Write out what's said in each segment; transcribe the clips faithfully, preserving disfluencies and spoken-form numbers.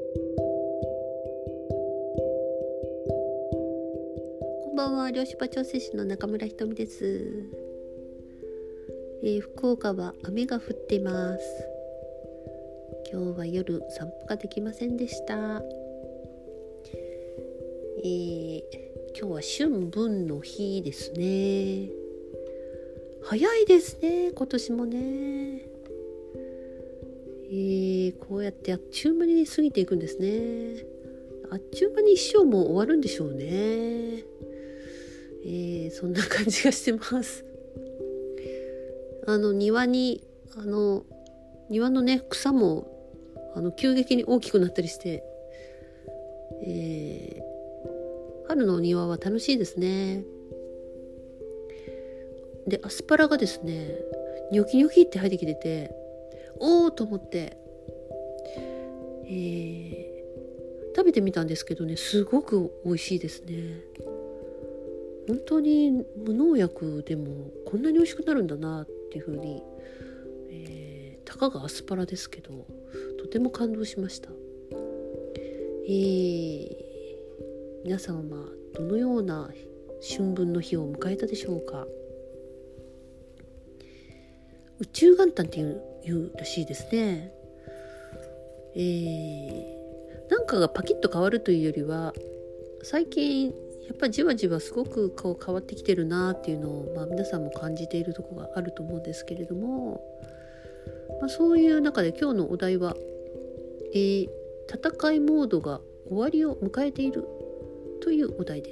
こんばんは、漁師場調整士の中村ひとみです。えー、福岡は雨が降っています。今日は夜散歩ができませんでした。えー、今日は春分の日ですね。早いですね、今年もね。えー、こうやってあっちゅう間に過ぎていくんですね。あっちゅう間に一生も終わるんでしょうね。えー、そんな感じがしてます。あの庭にあの庭のね草もあの急激に大きくなったりして、えー、春の庭は楽しいですね。でアスパラがですねニョキニョキって生えてきてて、おーと思って、えー、食べてみたんですけどね、すごく美味しいですね。本当に無農薬でもこんなに美味しくなるんだなっていう風に、えー、たかがアスパラですけどとても感動しました。えー、皆さんはどのような春分の日を迎えたでしょうか。宇宙元旦っていう、いうらしいですね。えー、なんかがパキッと変わるというよりは、最近やっぱりじわじわすごくこう変わってきてるなっていうのを、まあ、皆さんも感じているところがあると思うんですけれども、まあ、そういう中で今日のお題は、えー、戦いモードが終わりを迎えているというお題です。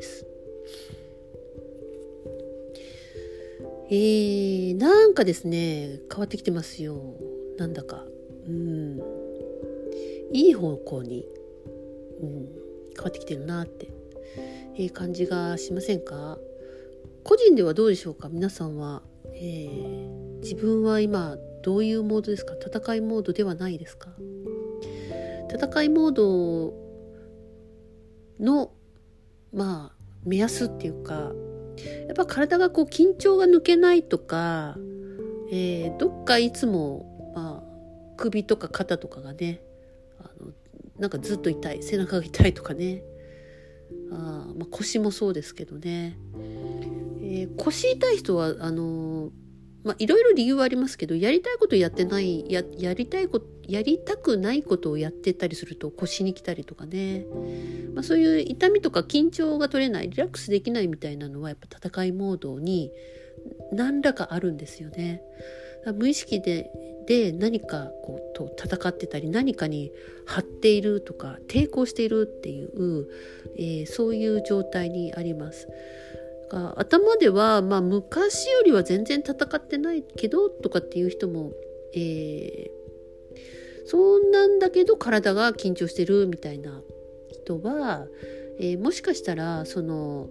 えー、なんかですね変わってきてますよ。なんだかうんいい方向に、うん、変わってきてるなってえー、感じがしませんか？個人ではどうでしょうか？皆さんは、えー、自分は今どういうモードですか？戦いモードではないですか？戦いモードのまあ目安っていうか、やっぱ体がこう緊張が抜けないとか、えー、どっかいつも、まあ、首とか肩とかがねあのなんかずっと痛い、背中が痛いとかね、あまあ、腰もそうですけどね、えー、腰痛い人はあのー、まあいろいろ理由はありますけど、やりたいことやってないややりたいことやりたくないことをやってたりすると腰に来たりとかね、まあ、そういう痛みとか緊張が取れない、リラックスできないみたいなのはやっぱ戦いモードに何らかあるんですよね。無意識でで何かこうと戦ってたり、何かに張っているとか抵抗しているっていう、えー、そういう状態にあります。頭では、まあ、昔よりは全然戦ってないけどとかっていう人も、えー、そんなんだけど体が緊張してるみたいな人は、えー、もしかしたらその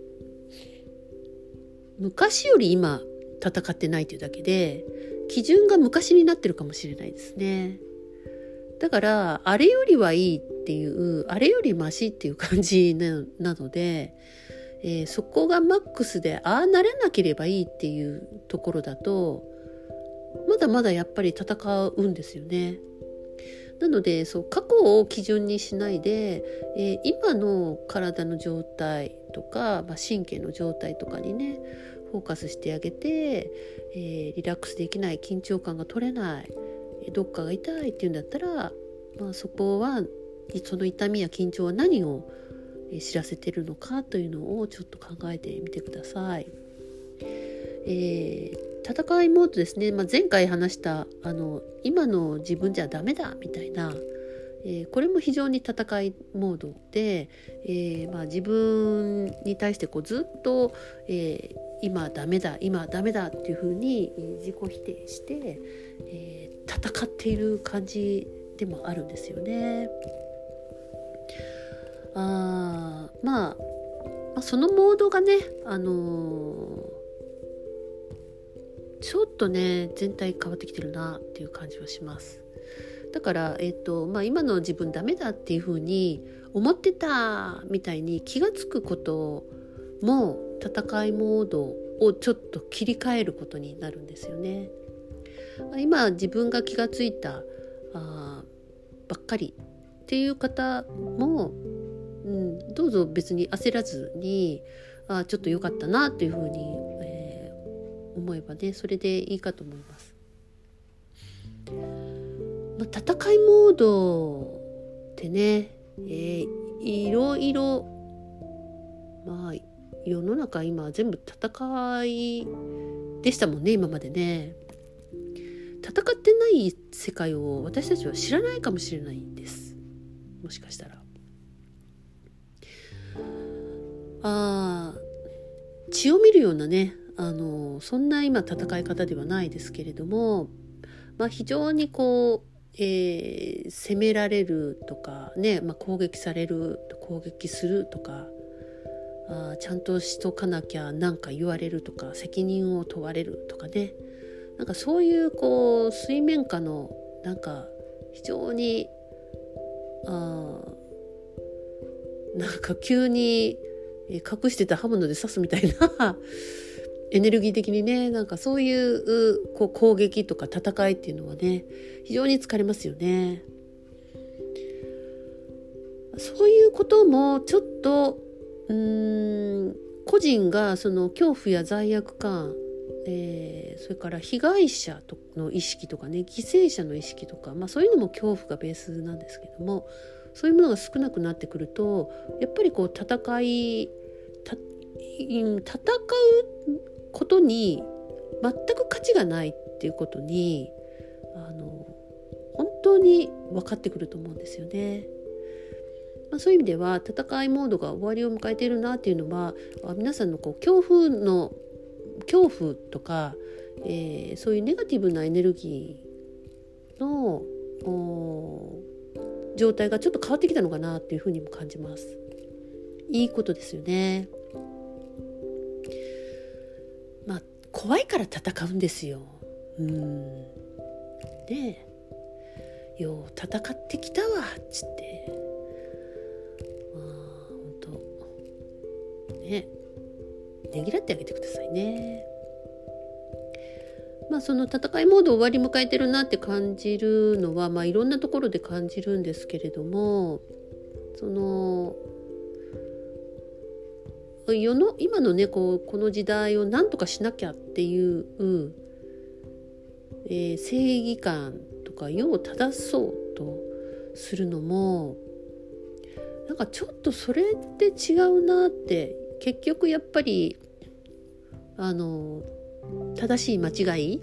昔より今戦ってないというだけで基準が昔になってるかもしれないですね。だからあれよりはいいっていう、あれよりマシっていう感じなので、えー、そこがマックスでああなれなければいいっていうところだとまだまだやっぱり戦うんですよね。なのでそう過去を基準にしないで、えー、今の体の状態とか、まあ、神経の状態とかにねフォーカスしてあげて、えー、リラックスできない、緊張感が取れない、どっかが痛いっていうんだったら、まあ、そこはその痛みや緊張は何を知らせてるのかというのをちょっと考えてみてください。えー、戦いモードですね、まあ、前回話したあの今の自分じゃダメだみたいな、えー、これも非常に戦いモードで、えーまあ、自分に対してこうずっと、えー、今ダメだ今ダメだっていうふうに自己否定して、えー、戦っている感じでもあるんですよね。あまあ、まあそのモードがね、あのー、ちょっとね全体変わってきてるなっていう感じはします。だから、えーとまあ、今の自分ダメだっていう風に思ってたみたいに気がつくことも戦いモードをちょっと切り替えることになるんですよね。今自分が気がついたあばっかりっていう方も、うん、どうぞ別に焦らずに、あちょっと良かったなっていうふうに、えー、思えばね、それでいいかと思います。まあ、戦いモードってね、えー、いろいろ、まあ世の中今全部戦いでしたもんね。今までね、戦ってない世界を私たちは知らないかもしれないんです。もしかしたらあ血を見るようなね、あのそんな今戦い方ではないですけれども、まあ、非常にこう、えー、攻められるとかね、まあ、攻撃される攻撃するとか、あちゃんとしとかなきゃなんか言われるとか、責任を問われるとかね、なんかそういうこう水面下のなんか非常にあなんか急に隠してた刃物で刺すみたいなエネルギー的にね、なんかそういうこう攻撃とか戦いっていうのはね、非常に疲れますよね。そういうこともちょっとうーん個人がその恐怖や罪悪感、えー、それから被害者の意識とかね、犠牲者の意識とか、まあ、そういうのも恐怖がベースなんですけども、そういうものが少なくなってくると、やっぱりこう戦いた戦うことに全く価値がないっていうことにあの本当に分かってくると思うんですよね。まあ、そういう意味では戦いモードが終わりを迎えているなっていうのは、皆さんのこう恐怖の恐怖とか、えー、そういうネガティブなエネルギーの状態がちょっと変わってきたのかなっていうふうにも感じます。いいことですよね。まあ怖いから戦うんですよ。うんでよう戦ってきたわっつって、まあ本当ね、ねぎらってあげてくださいね。まあその戦いモード終わり迎えてるなって感じるのは、まあいろんなところで感じるんですけれども、その世の今のねこうこの時代を何とかしなきゃっていう、うんえー、正義感とか世を正そうとするのもなんかちょっとそれって違うなって、結局やっぱりあの正しい間違い、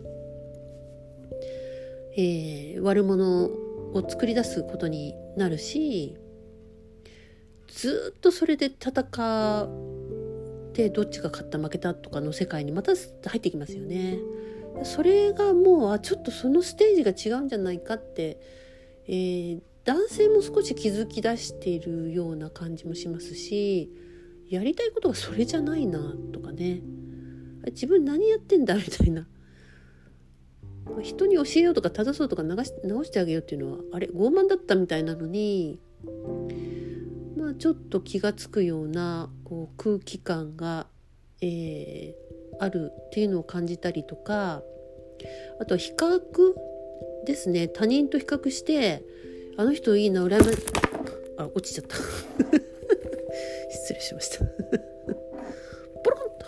えー、悪者を作り出すことになるし、ずっとそれで戦ってどっちが勝った負けたとかの世界にまた入ってきますよね。それがもうあちょっとそのステージが違うんじゃないかって、えー、男性も少し気づき出しているような感じもしますし、やりたいことがそれじゃないなとかね、自分何やってんだみたいな、人に教えようとか正そうとか直し、直してあげようっていうのはあれ傲慢だったみたいなのに、まあ、ちょっと気がつくようなこう空気感が、えー、あるっていうのを感じたりとか、あとは比較ですね。他人と比較してあの人いいな羨ましい、あ落ちちゃった失礼しましたポロンと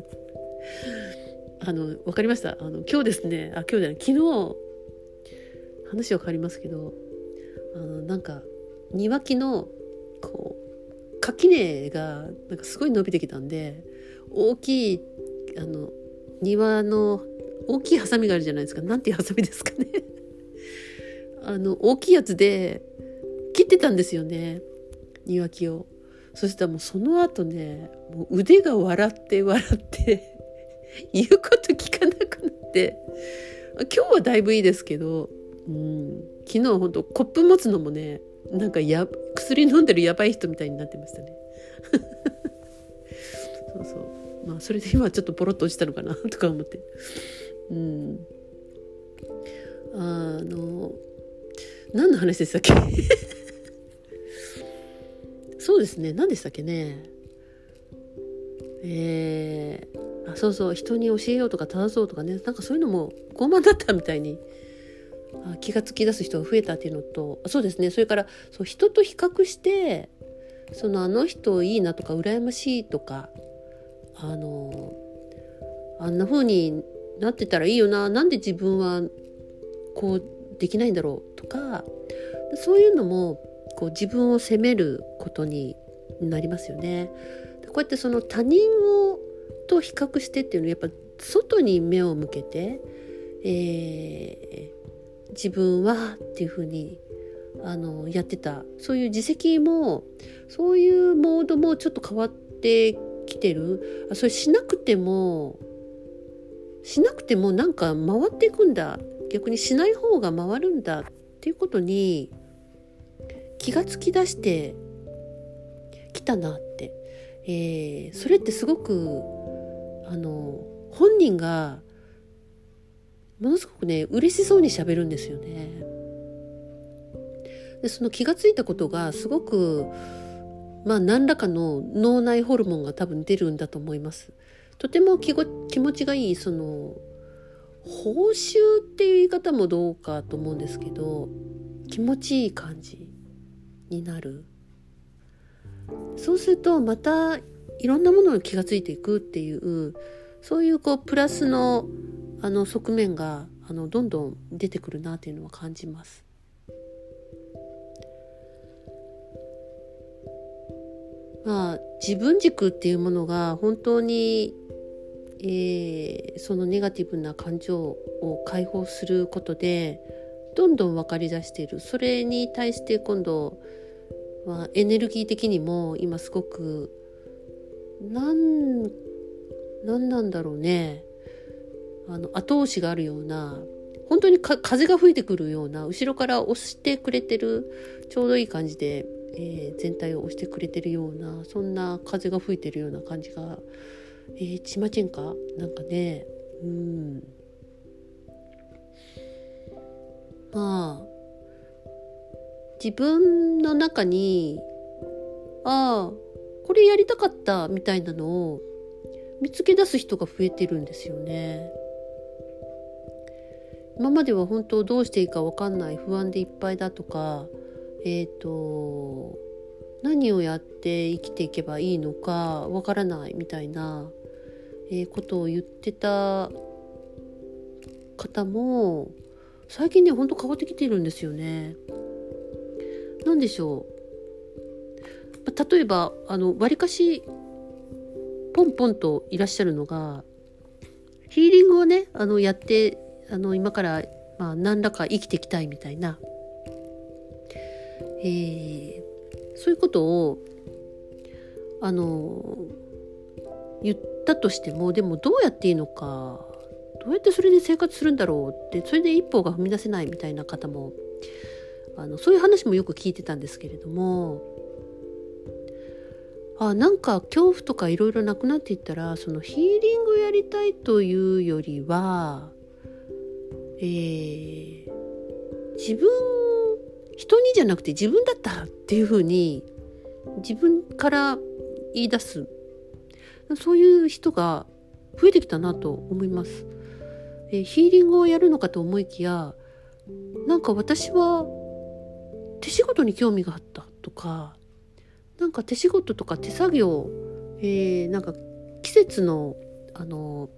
あの分かりました。あの今日ですね、あ今日じゃない昨日、話は変わりますけど、あのなんか庭木のこう垣根がなんかすごい伸びてきたんで、大きいあの庭の大きいハサミがあるじゃないですか。なんていうハサミですかねあの大きいやつで切ってたんですよね、庭木を。そしたらもうその後ね、もう腕が笑って笑って言うこと聞かなくなって、今日はだいぶいいですけど、うん、昨日本当コップ持つのもね、なんかや薬飲んでるやばい人みたいになってましたねそうそう、まあそれで今ちょっとポロッと落ちたのかなとか思って、うん、あの何の話でしたっけそうですね、何でしたっけね、えー、あそうそう、人に教えようとか正そうとかね、なんかそういうのも傲慢だったみたいにあ気がつき出す人が増えたっていうのと、そうですね、それからそう人と比較してそのあの人いいなとか羨ましいとか、あのあんな風になってたらいいよな、なんで自分はこうできないんだろうとか、そういうのもこう自分を責めることになりますよね。こうやってその他人をと比較してっていうのはやっぱ外に目を向けて、えー、自分はっていうふうにあのやってた、そういう自責もそういうモードもちょっと変わってきてる。あそれしなくてもしなくてもなんか回っていくんだ、逆にしない方が回るんだっていうことに気がつき出してきたなって、えー、それってすごくあの本人がものすごくね嬉しそうに喋るんですよね。でその気がついたことがすごくまあ何らかの脳内ホルモンが多分出るんだと思います。とても気ご気持ちがいい、その報酬っていう言い方もどうかと思うんですけど、気持ちいい感じになる。そうするとまたいろんなものに気がついていくっていう、そういうこうプラスのあの側面があのどんどん出てくるなっていうのは感じます。まあ自分軸っていうものが本当に、えー、そのネガティブな感情を解放することでどんどん分かり出している。それに対して今度はエネルギー的にも今すごくなんなんなんだろうね、あの後押しがあるような、本当にか風が吹いてくるような、後ろから押してくれてる、ちょうどいい感じで、えー、全体を押してくれてるような、そんな風が吹いてるような感じが、えー、ちまちんかなんかね、うんまあ自分の中にああこれやりたかったみたいなのを見つけ出す人が増えてるんですよね。今までは本当どうしていいか分かんない、不安でいっぱいだとか、えっと何をやって生きていけばいいのか分からないみたいな、えー、ことを言ってた方も最近ね本当変わってきてるんですよね。なんでしょう、例えばあのわりかしポンポンといらっしゃるのが、ヒーリングをねあのやってあの今から、まあ、何らか生きていきたいみたいな、えー、そういうことをあの言ったとしても、でもどうやっていいのか、どうやってそれで生活するんだろうって、それで一歩が踏み出せないみたいな方もあのそういう話もよく聞いてたんですけれども、あなんか恐怖とかいろいろなくなっていったら、そのヒーリングやりたいというよりは、えー、自分人にじゃなくて自分だったらっていうふうに自分から言い出す、そういう人が増えてきたなと思います。えー、ヒーリングをやるのかと思いきや、なんか私は手仕事に興味があったとか、なんか手仕事とか手作業、えー、なんか季節のあの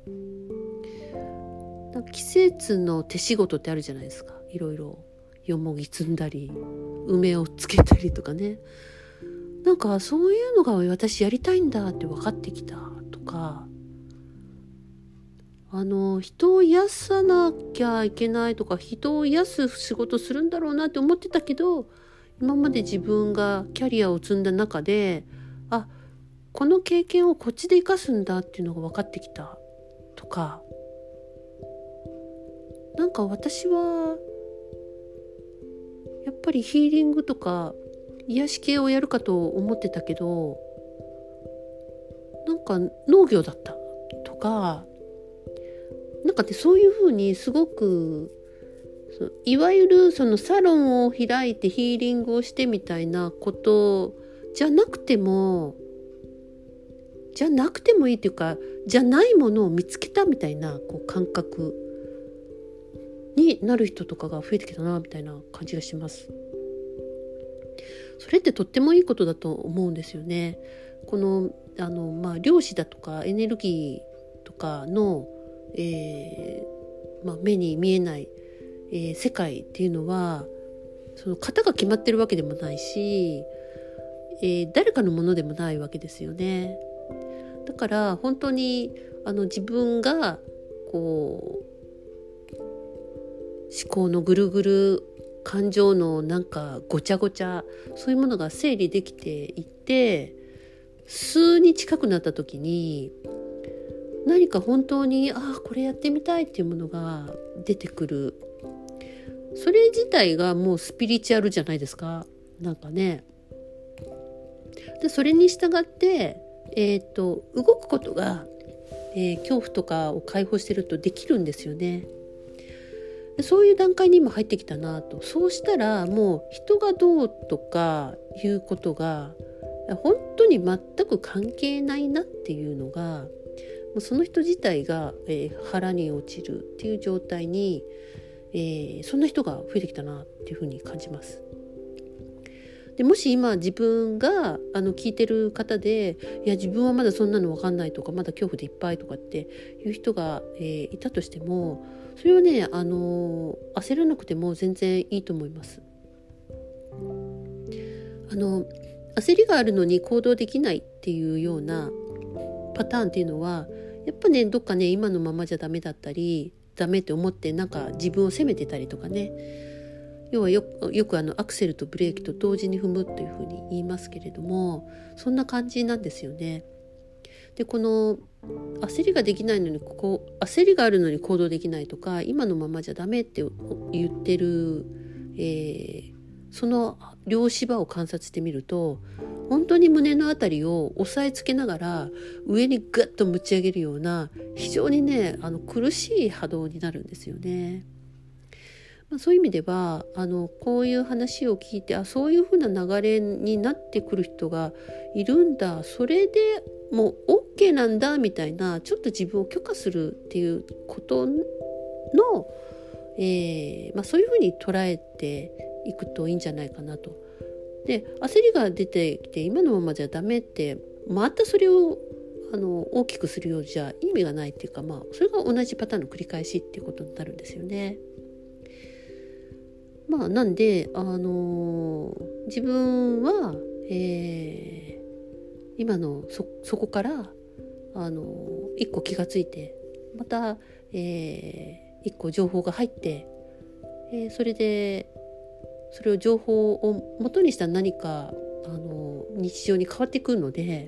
季節の手仕事ってあるじゃないですか。いろいろよもぎ摘んだり梅をつけたりとかね、なんかそういうのが私やりたいんだって分かってきたとか、あの人を癒さなきゃいけないとか、人を癒す仕事するんだろうなって思ってたけど、今まで自分がキャリアを積んだ中で、あこの経験をこっちで生かすんだっていうのが分かってきたとか、なんか私はやっぱりヒーリングとか癒し系をやるかと思ってたけど、なんか農業だったとか、なんかねそういうふうにすごくいわゆるそのサロンを開いてヒーリングをしてみたいなことじゃなくてもじゃなくてもいいっていうか、じゃないものを見つけたみたいなこう感覚になる人とかが増えてきたなみたいな感じがします。それってとってもいいことだと思うんですよね。このあの、まあ、量子だとかエネルギーとかの、えーまあ、目に見えない、えー、世界っていうのはその型が決まってるわけでもないし、えー、誰かのものでもないわけですよね。だから本当にあの自分がこう思考のぐるぐる感情のなんかごちゃごちゃそういうものが整理できていって数に近くなった時に何か本当にああこれやってみたいっていうものが出てくる。それ自体がもうスピリチュアルじゃないですか。なんかね。でそれに従ってえっと動くことが、えー、恐怖とかを解放してるとできるんですよね。そういう段階に今入ってきたなと。そうしたらもう人がどうとかいうことが本当に全く関係ないなっていうのがもうその人自体が、えー、腹に落ちるっていう状態に、えー、そんな人が増えてきたなっていうふうに感じます。でもし今自分があの聞いてる方でいや自分はまだそんなの分かんないとかまだ恐怖でいっぱいとかっていう人が、えー、いたとしてもそれはね、あのー、焦らなくても全然いいと思います。あの焦りがあるのに行動できないっていうようなパターンっていうのはやっぱねどっかね今のままじゃダメだったりダメって思ってなんか自分を責めてたりとかね要はよ、よくあのアクセルとブレーキと同時に踏むというふうに言いますけれどもそんな感じなんですよね。でこの焦りができないのにこう焦りがあるのに行動できないとか今のままじゃダメって言ってる、えー、その両芝を観察してみると本当に胸のあたりを押さえつけながら上にグッと持ち上げるような非常にねあの苦しい波動になるんですよね。まあ、そういう意味ではあのこういう話を聞いてあそういう風な流れになってくる人がいるんだそれでもう OK なんだみたいなちょっと自分を許可するっていうことの、えーまあ、そういう風に捉えていくといいんじゃないかなと。で焦りが出てきて今のままじゃダメってまたそれをあの大きくするようじゃ意味がないっていうか、まあ、それが同じパターンの繰り返しっていうことになるんですよね。まあ、なんで、あのー、自分は、えー、今の そ, そこから、あのー、一個気がついてまた、えー、一個情報が入って、えー、それでそれを情報を元にした何か、あのー、日常に変わってくるので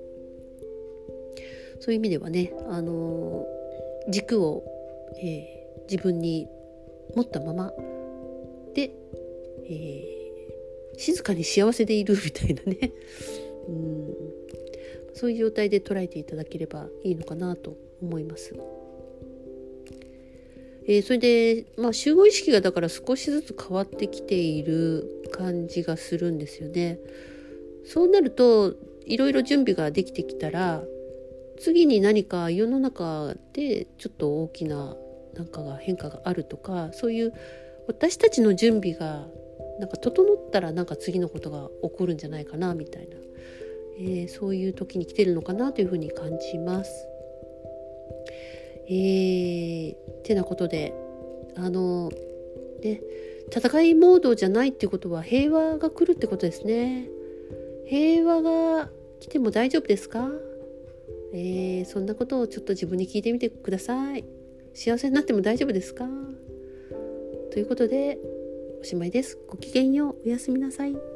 そういう意味ではね、あのー、軸を、えー、自分に持ったままで、えー、静かに幸せでいるみたいなねうんそういう状態で捉えていただければいいのかなと思います。えー、それで、まあ、集合意識がだから少しずつ変わってきている感じがするんですよね。そうなるといろいろ準備ができてきたら次に何か世の中でちょっと大きななんかが変化があるとかそういう私たちの準備がなんか整ったらなんか次のことが起こるんじゃないかなみたいな、えー、そういう時に来てるのかなというふうに感じます。えー、てなことであのね戦いモードじゃないっていうことは平和が来るってことですね。平和が来ても大丈夫ですか？えー、そんなことをちょっと自分に聞いてみてください。幸せになっても大丈夫ですか？ということでおしまいです。ごきげんよう。おやすみなさい。